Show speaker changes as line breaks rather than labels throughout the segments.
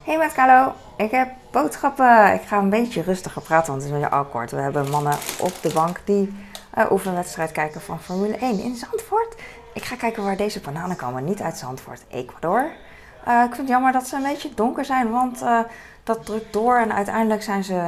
Hey met Carlo, ik heb boodschappen. Ik ga een beetje rustiger praten, want het is een beetje awkward. We hebben mannen op de bank die oefenwedstrijd kijken van Formule 1 in Zandvoort. Ik ga kijken waar deze bananen komen, niet uit Zandvoort, Ecuador. Ik vind het jammer dat ze een beetje donker zijn, want dat drukt door en uiteindelijk zijn ze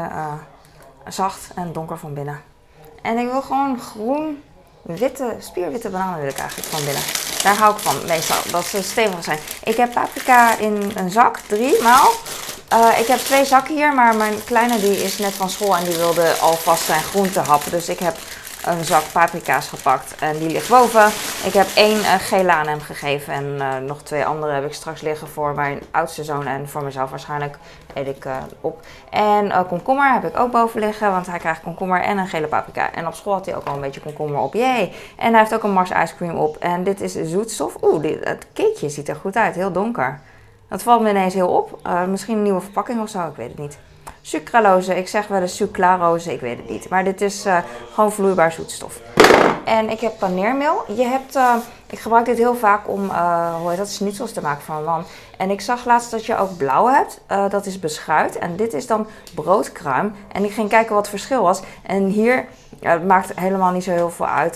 zacht en donker van binnen. En ik wil gewoon groen, witte, spierwitte bananen wil ik eigenlijk van binnen. Daar hou ik van, meestal, dat ze stevig zijn. Ik heb paprika in een zak, 3 maal. Ik heb 2 zakken hier, maar mijn kleine die is net van school en die wilde alvast zijn groente happen. Dus ik heb een zak paprika's gepakt en die ligt boven. Ik heb 1 gele aan hem gegeven en nog 2 andere heb ik straks liggen voor mijn oudste zoon en voor mezelf waarschijnlijk eet ik op. En komkommer heb ik ook boven liggen, want hij krijgt komkommer en een gele paprika. En op school had hij ook al een beetje komkommer op, jee. En hij heeft ook een Mars ice cream op en dit is zoetstof. Het cakeje ziet er goed uit, heel donker. Dat valt me ineens heel op. Misschien een nieuwe verpakking of zo, ik weet het niet. Sucralose, ik zeg wel eens sucralose, ik weet het niet. Maar dit is gewoon vloeibaar zoetstof. En ik heb paneermeel. Ik gebruik dit heel vaak om schnitzels te maken van mijn man. En ik zag laatst dat je ook blauw hebt. Dat is beschuit. En dit is dan broodkruim. En ik ging kijken wat het verschil was. En hier, het maakt helemaal niet zo heel veel uit.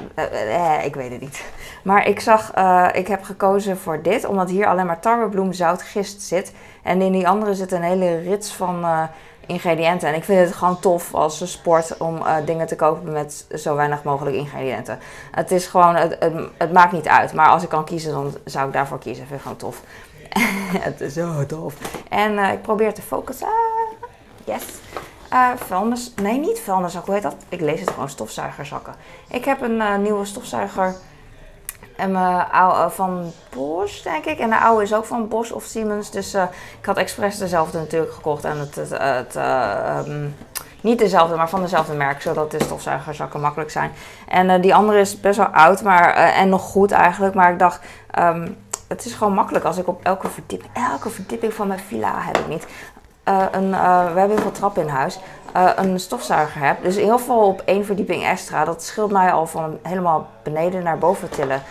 Ik weet het niet. Maar ik heb gekozen voor dit. Omdat hier alleen maar tarwebloemzout gist zit. En in die andere zit een hele rits van ingrediënten. En ik vind het gewoon tof als sport om dingen te kopen met zo weinig mogelijk ingrediënten. Het is gewoon, het maakt niet uit. Maar als ik kan kiezen, dan zou ik daarvoor kiezen. Ik vind het gewoon tof. Het is zo tof. En ik probeer te focussen. Yes. Vuilnis. Nee, niet vuilniszak. Hoe heet dat? Ik lees het gewoon stofzuigerzakken. Ik heb een nieuwe stofzuiger. En mijn oude van Bosch, denk ik. En de oude is ook van Bosch of Siemens. Dus ik had expres dezelfde natuurlijk gekocht. En niet dezelfde, maar van dezelfde merk. Zodat de stofzuigerzakken makkelijk zijn. En die andere is best wel oud, en nog goed eigenlijk. Maar ik dacht, het is gewoon makkelijk als ik op elke verdieping van mijn villa heb ik niet. We hebben heel veel trappen in huis. Een stofzuiger heb. Dus heel veel op 1 verdieping extra. Dat scheelt mij al van helemaal beneden naar boven tillen.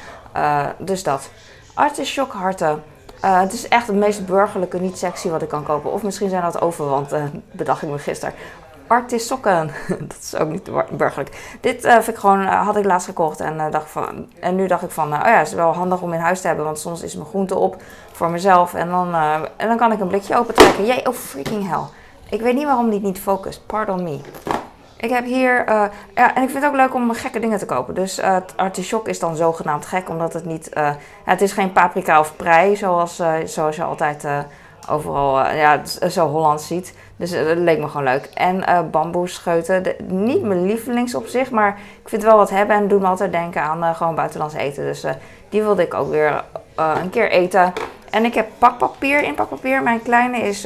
Dus dat. Artichokharten. Het is echt het meest burgerlijke, niet sexy wat ik kan kopen. Of misschien zijn dat oven, want bedacht ik me gisteren. Artissokken. Dat is ook niet burgerlijk. Dit vind ik gewoon, had ik laatst gekocht en nu dacht ik van, het is wel handig om in huis te hebben, want soms is mijn groente op voor mezelf en dan kan ik een blikje opentrekken. Jee, oh freaking hell. Ik weet niet waarom die niet focust. Pardon me. Ik heb hier, en ik vind het ook leuk om gekke dingen te kopen. Dus het artichok is dan zogenaamd gek, omdat het niet, het is geen paprika of prei, zoals je altijd overal zo Hollands ziet. Dus dat leek me gewoon leuk. En bamboescheuten, niet mijn lievelings op zich, maar ik vind het wel wat hebben en doet me altijd denken aan gewoon buitenlands eten. Dus die wilde ik ook weer een keer eten. En ik heb pakpapier in pakpapier. Mijn kleine is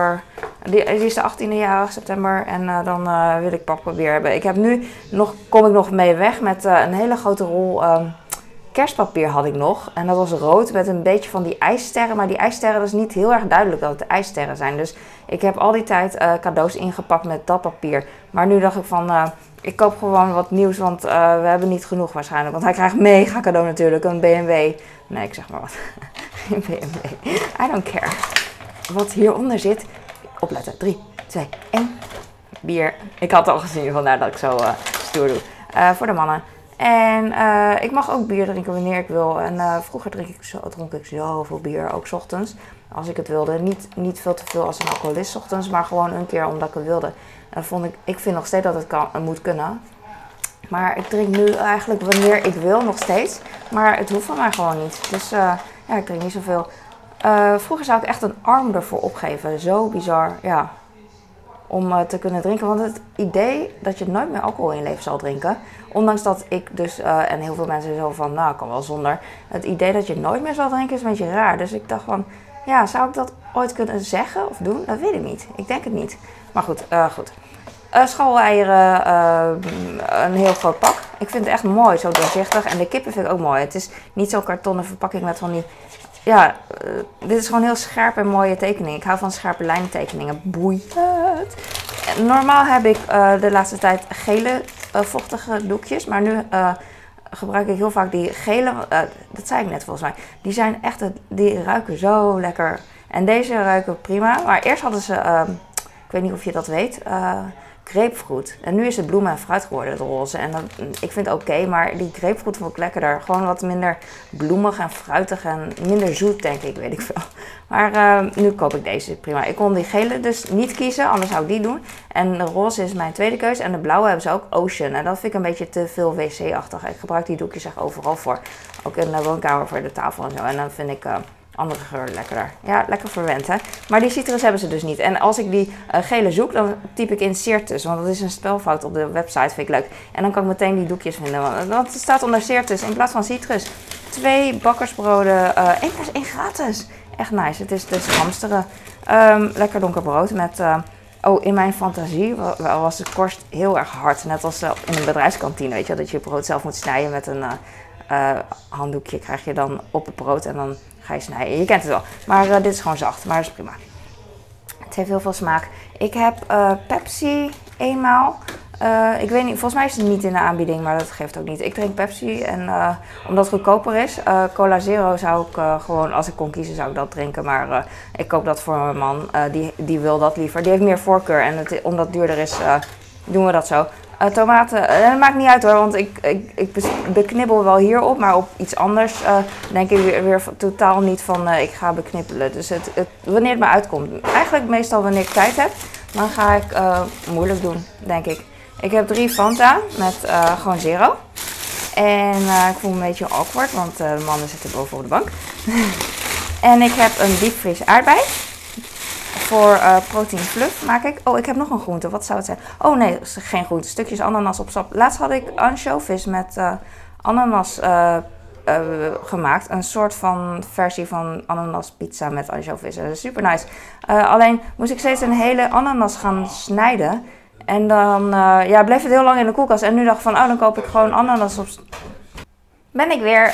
die is de 18e jarig, september. En dan wil ik pakpapier hebben. Kom ik nog mee weg met een hele grote rol kerstpapier had ik nog. En dat was rood met een beetje van die ijssterren. Maar die ijssterren, dat is niet heel erg duidelijk dat het ijssterren zijn. Dus ik heb al die tijd cadeaus ingepakt met dat papier. Maar nu dacht ik van, ik koop gewoon wat nieuws, want we hebben niet genoeg waarschijnlijk. Want hij krijgt mega cadeau natuurlijk, een BMW. Nee, ik zeg maar wat. Geen BMW. I don't care. Wat hieronder zit, opletten. 3, 2, 1. Bier. Ik had al gezien, vandaar dat ik zo stoer doe. Voor de mannen. En ik mag ook bier drinken wanneer ik wil. En vroeger dronk ik zoveel bier, ook 's ochtends. Als ik het wilde. Niet veel te veel als een alcoholist 's ochtends, maar gewoon een keer omdat ik het wilde. En ik vind nog steeds dat het moet kunnen. Maar ik drink nu eigenlijk wanneer ik wil, nog steeds. Maar het hoeft van mij gewoon niet. Dus ik drink niet zoveel. Vroeger zou ik echt een arm ervoor opgeven. Zo bizar, ja. Om te kunnen drinken. Want het idee dat je nooit meer alcohol in je leven zal drinken. Ondanks dat ik dus, en heel veel mensen zo van, ik kan wel zonder. Het idee dat je nooit meer zal drinken is een beetje raar. Dus ik dacht van, zou ik dat ooit kunnen zeggen of doen? Dat weet ik niet. Ik denk het niet. Maar goed. Schooleieren, een heel groot pak. Ik vind het echt mooi, zo doorzichtig. En de kippen vind ik ook mooi. Het is niet zo'n kartonnen verpakking met van die... dit is gewoon heel scherp en mooie tekening. Ik hou van scherpe lijntekeningen. Boeiend. Normaal heb ik de laatste tijd gele vochtige doekjes. Maar nu gebruik ik heel vaak die gele. Dat zei ik net volgens mij. Die zijn echt, die ruiken zo lekker. En deze ruiken prima. Maar eerst hadden ze, ik weet niet of je dat weet, grapefruit. En nu is het bloemen en fruit geworden, het roze. En ik vind het oké, maar die grapefruit vond ik lekkerder. Gewoon wat minder bloemig en fruitig en minder zoet, denk ik, weet ik veel. Maar nu koop ik deze prima. Ik kon die gele dus niet kiezen, anders zou ik die doen. En de roze is mijn tweede keuze. En de blauwe hebben ze ook Ocean. En dat vind ik een beetje te veel wc-achtig. Ik gebruik die doekjes echt overal voor. Ook in de woonkamer voor de tafel en zo. En dan vind ik andere geur lekkerder. Ja, lekker verwend, hè. Maar die citrus hebben ze dus niet. En als ik die gele zoek, dan typ ik in Ceartus. Want dat is een spelfout op de website, vind ik leuk. En dan kan ik meteen die doekjes vinden. Want het staat onder Ceartus in plaats van citrus. 2 bakkersbroden, 1 plus 1 gratis. Echt nice. Het is dus hamsteren. Lekker donker brood met... in mijn fantasie was de korst heel erg hard. Net als in een bedrijfskantine, weet je. Dat je brood zelf moet snijden met een handdoekje. Krijg je dan op het brood en dan ga je snijden. Je kent het wel. Maar dit is gewoon zacht. Maar dat is prima. Het heeft heel veel smaak. Ik heb Pepsi eenmaal. Ik weet niet, volgens mij is het niet in de aanbieding, maar dat geeft ook niet. Ik drink Pepsi en omdat het goedkoper is. Cola Zero zou ik gewoon, als ik kon kiezen, zou ik dat drinken. Maar ik koop dat voor mijn man. Die wil dat liever. Die heeft meer voorkeur en omdat het duurder is, doen we dat zo. Tomaten, dat maakt niet uit hoor, want ik beknibbel wel hierop, maar op iets anders denk ik weer totaal niet van ik ga beknibbelen. Dus wanneer het me uitkomt, eigenlijk meestal wanneer ik tijd heb, dan ga ik moeilijk doen, denk ik. Ik heb 3 Fanta met gewoon zero. En ik voel me een beetje awkward, want de mannen zitten boven op de bank. En ik heb een diepvries aardbei. Voor protein fluff maak ik. Oh, ik heb nog een groente. Wat zou het zijn? Oh nee, geen groente. Stukjes ananas op sap. Laatst had ik anchovies met ananas gemaakt. Een soort van versie van ananas pizza met anchovies. Dat is super nice. Alleen moest ik steeds een hele ananas gaan snijden. En dan bleef het heel lang in de koelkast. En nu dacht ik van, dan koop ik gewoon ananas op... Ben ik weer.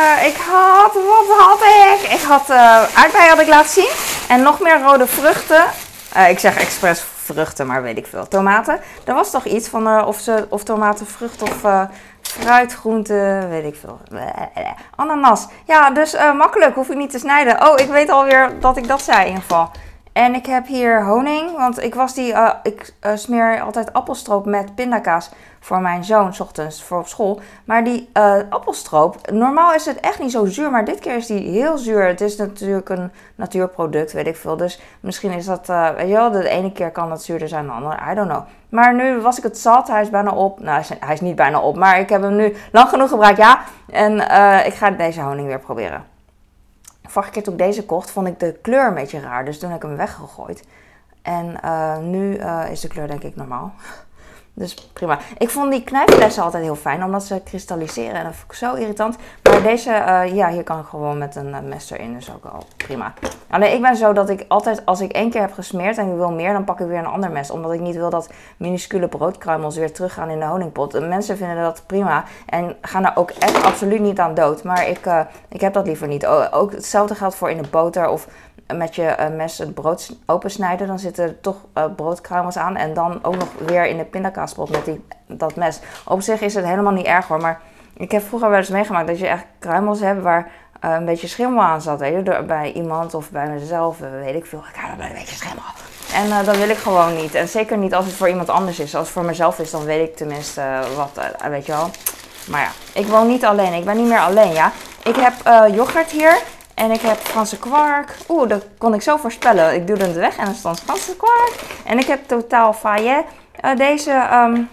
Wat had ik? Ik had aardbeien had ik laten zien. En nog meer rode vruchten. Ik zeg expres vruchten, maar weet ik veel. Tomaten. Er was toch iets van of tomaten, vrucht of fruit, groente, weet ik veel. Ananas. Ja, dus makkelijk. Hoef ik niet te snijden. Oh, ik weet alweer dat ik dat zei in ieder geval. En ik heb hier honing, want ik smeer altijd appelstroop met pindakaas voor mijn zoon, 's ochtends, voor op school. Maar die appelstroop, normaal is het echt niet zo zuur, maar dit keer is die heel zuur. Het is natuurlijk een natuurproduct, weet ik veel. Dus misschien is dat, weet je wel, de ene keer kan dat zuurder zijn dan de andere, I don't know. Maar nu was ik het zat, hij is bijna op. Nou, hij is niet bijna op, maar ik heb hem nu lang genoeg gebruikt, ja. En ik ga deze honing weer proberen. Vorige keer toen ik deze kocht, vond ik de kleur een beetje raar. Dus toen heb ik hem weggegooid. En nu is de kleur denk ik normaal. Dus prima. Ik vond die knijpflessen altijd heel fijn, omdat ze kristalliseren. En dat vond ik zo irritant. Maar deze, hier kan ik gewoon met een mes erin. Dus ook al prima. Alleen ik ben zo dat ik altijd, als ik 1 keer heb gesmeerd en ik wil meer, dan pak ik weer een ander mes. Omdat ik niet wil dat minuscule broodkruimels weer teruggaan in de honingpot. En mensen vinden dat prima. En gaan er ook echt absoluut niet aan dood. Maar ik heb dat liever niet. Ook hetzelfde geldt voor in de boter of met je mes het brood opensnijden, dan zitten er toch broodkruimels aan. En dan ook nog weer in de pindakaaspot met dat mes. Op zich is het helemaal niet erg hoor, maar ik heb vroeger wel eens meegemaakt dat je echt kruimels hebt waar een beetje schimmel aan zat. Weet je? Bij iemand of bij mezelf, weet ik veel. Ik heb een beetje schimmel. En dat wil ik gewoon niet. En zeker niet als het voor iemand anders is. Als het voor mezelf is, dan weet ik tenminste wat, weet je wel. Maar ja, ik woon niet alleen. Ik ben niet meer alleen, ja. Ik heb yoghurt hier. En ik heb Franse kwark. Dat kon ik zo voorspellen. Ik doe het weg en dan stond Franse kwark. En ik heb Totaal Fayet. Deze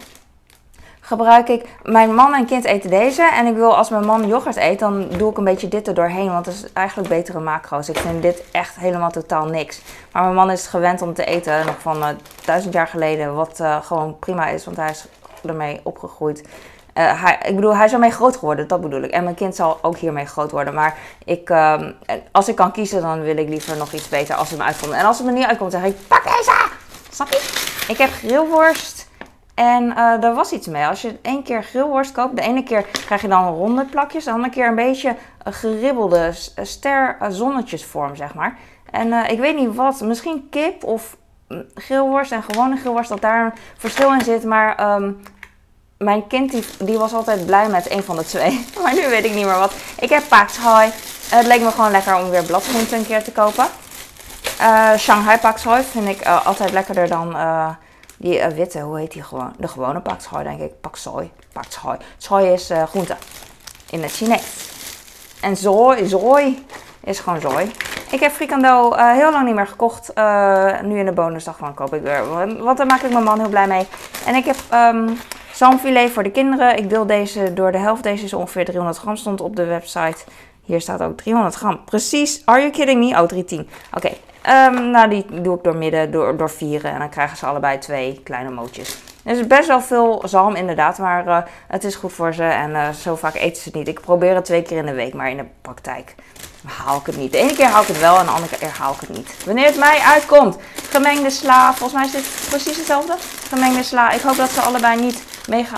gebruik ik. Mijn man en kind eten deze. En ik wil, als mijn man yoghurt eet, dan doe ik een beetje dit er doorheen. Want dat is eigenlijk betere macro's. Ik vind dit echt helemaal totaal niks. Maar mijn man is gewend om te eten. Nog van 1000 jaar geleden. Wat gewoon prima is. Want hij is ermee opgegroeid. Hij is ermee groot geworden, dat bedoel ik. En mijn kind zal ook hiermee groot worden. Maar als ik kan kiezen, dan wil ik liever nog iets beter als het me uitkomt. En als het me niet uitkomt, zeg ik, pak deze! Snap je? Ik heb grillworst. En daar was iets mee. Als je 1 keer grillworst koopt, de ene keer krijg je dan ronde plakjes. De andere keer een beetje geribbelde zonnetjesvorm, zeg maar. En ik weet niet wat, misschien kip of grillworst en gewone grillworst, dat daar een verschil in zit. Maar mijn kind die was altijd blij met 1 van de 2. Maar nu weet ik niet meer wat. Ik heb paakshoi. Het leek me gewoon lekker om weer bladgroenten een keer te kopen. Shanghai pak choi vind ik altijd lekkerder dan die witte. Hoe heet die gewoon? De gewone pak choi, denk ik. Pak choi. Pak choi. Choi is groente in het Chinees. En zoi is gewoon zooi. Ik heb frikandel heel lang niet meer gekocht. Nu in de bonusdag gewoon koop ik weer. Want daar maak ik mijn man heel blij mee. En ik heb zalmfilet voor de kinderen. Ik deel deze door de helft. Deze is ongeveer 300 gram. Stond op de website. Hier staat ook 300 gram. Precies. Are you kidding me? Oh, 310. Oké. Nou, die doe ik door midden, door vieren. En dan krijgen ze allebei 2 kleine mootjes. Er is best wel veel zalm inderdaad, maar het is goed voor ze en zo vaak eten ze het niet. Ik probeer het 2 keer in de week, maar in de praktijk haal ik het niet. De ene keer haal ik het wel en de andere keer haal ik het niet. Wanneer het mij uitkomt, gemengde sla, volgens mij is dit precies hetzelfde. Gemengde sla, ik hoop dat ze allebei niet mega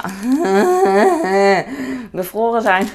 bevroren zijn.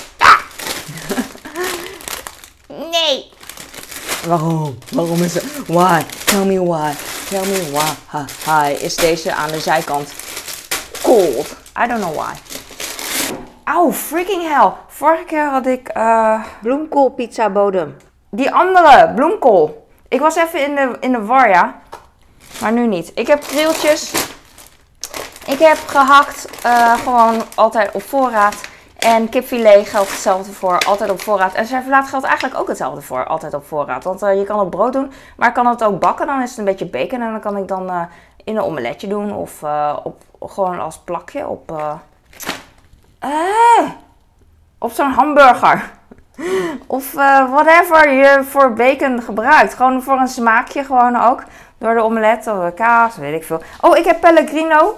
Nee! Waarom? Waarom is het? Why? Tell me why. Tell me why. Hi. Is deze aan de zijkant cold? I don't know why. Auw, freaking hell. Vorige keer had ik bloemkoolpizza bodem. Die andere, bloemkool. Ik was even in de war, ja. Maar nu niet. Ik heb krieltjes. Ik heb gehakt. Gewoon altijd op voorraad. En kipfilet geldt hetzelfde voor, altijd op voorraad. En servelaat geldt eigenlijk ook hetzelfde voor, altijd op voorraad. Want je kan het op brood doen, maar ik kan het ook bakken. Dan is het een beetje bacon en dan kan ik dan in een omeletje doen. Of gewoon als plakje op zo'n hamburger. Of whatever je voor bacon gebruikt. Gewoon voor een smaakje gewoon ook. Door de omelet of kaas, weet ik veel. Oh, ik heb Pellegrino.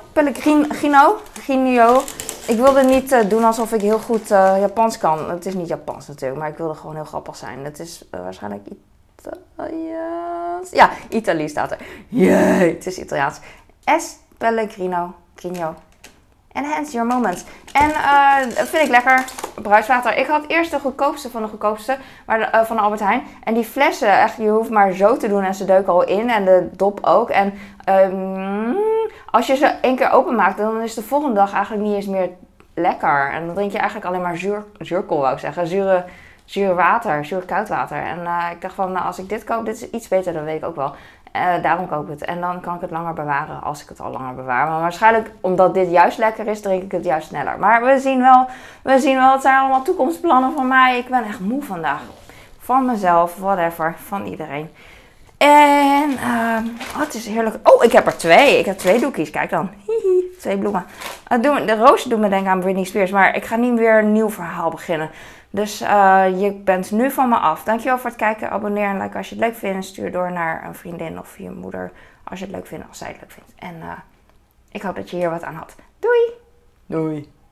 Ik wilde niet doen alsof ik heel goed Japans kan. Het is niet Japans natuurlijk, maar ik wilde gewoon heel grappig zijn. Het is waarschijnlijk Italiaans. Ja, Italië staat er. Jee, het is Italiaans. S. Pellegrino. Enhance your moments. En dat vind ik lekker. Bruiswater. Ik had eerst de goedkoopste van de goedkoopste. Maar van de Albert Heijn. En die flessen, echt, je hoeft maar zo te doen en ze deuken al in. En de dop ook. En als je ze 1 keer openmaakt, dan is de volgende dag eigenlijk niet eens meer lekker. En dan drink je eigenlijk alleen maar zuurkool, wou ik zeggen. Zuur water, zuur koud water. En ik dacht van, nou, als ik dit koop, dit is iets beter, dan weet ik ook wel. Daarom koop ik het. En dan kan ik het langer bewaren als ik het al langer bewaar. Maar waarschijnlijk, omdat dit juist lekker is, drink ik het juist sneller. Maar we zien wel. Het zijn allemaal toekomstplannen van mij. Ik ben echt moe vandaag. Van mezelf, whatever. Van iedereen. En het is heerlijk. Oh, ik heb er 2. Ik heb 2 doekies. Kijk dan. 2 bloemen. De roosje doet me denken aan Britney Spears. Maar ik ga niet weer een nieuw verhaal beginnen. Dus je bent nu van me af. Dankjewel voor het kijken. Abonneer en like als je het leuk vindt. Stuur door naar een vriendin of je moeder als je het leuk vindt. Als zij het leuk vindt. En ik hoop dat je hier wat aan had. Doei! Doei!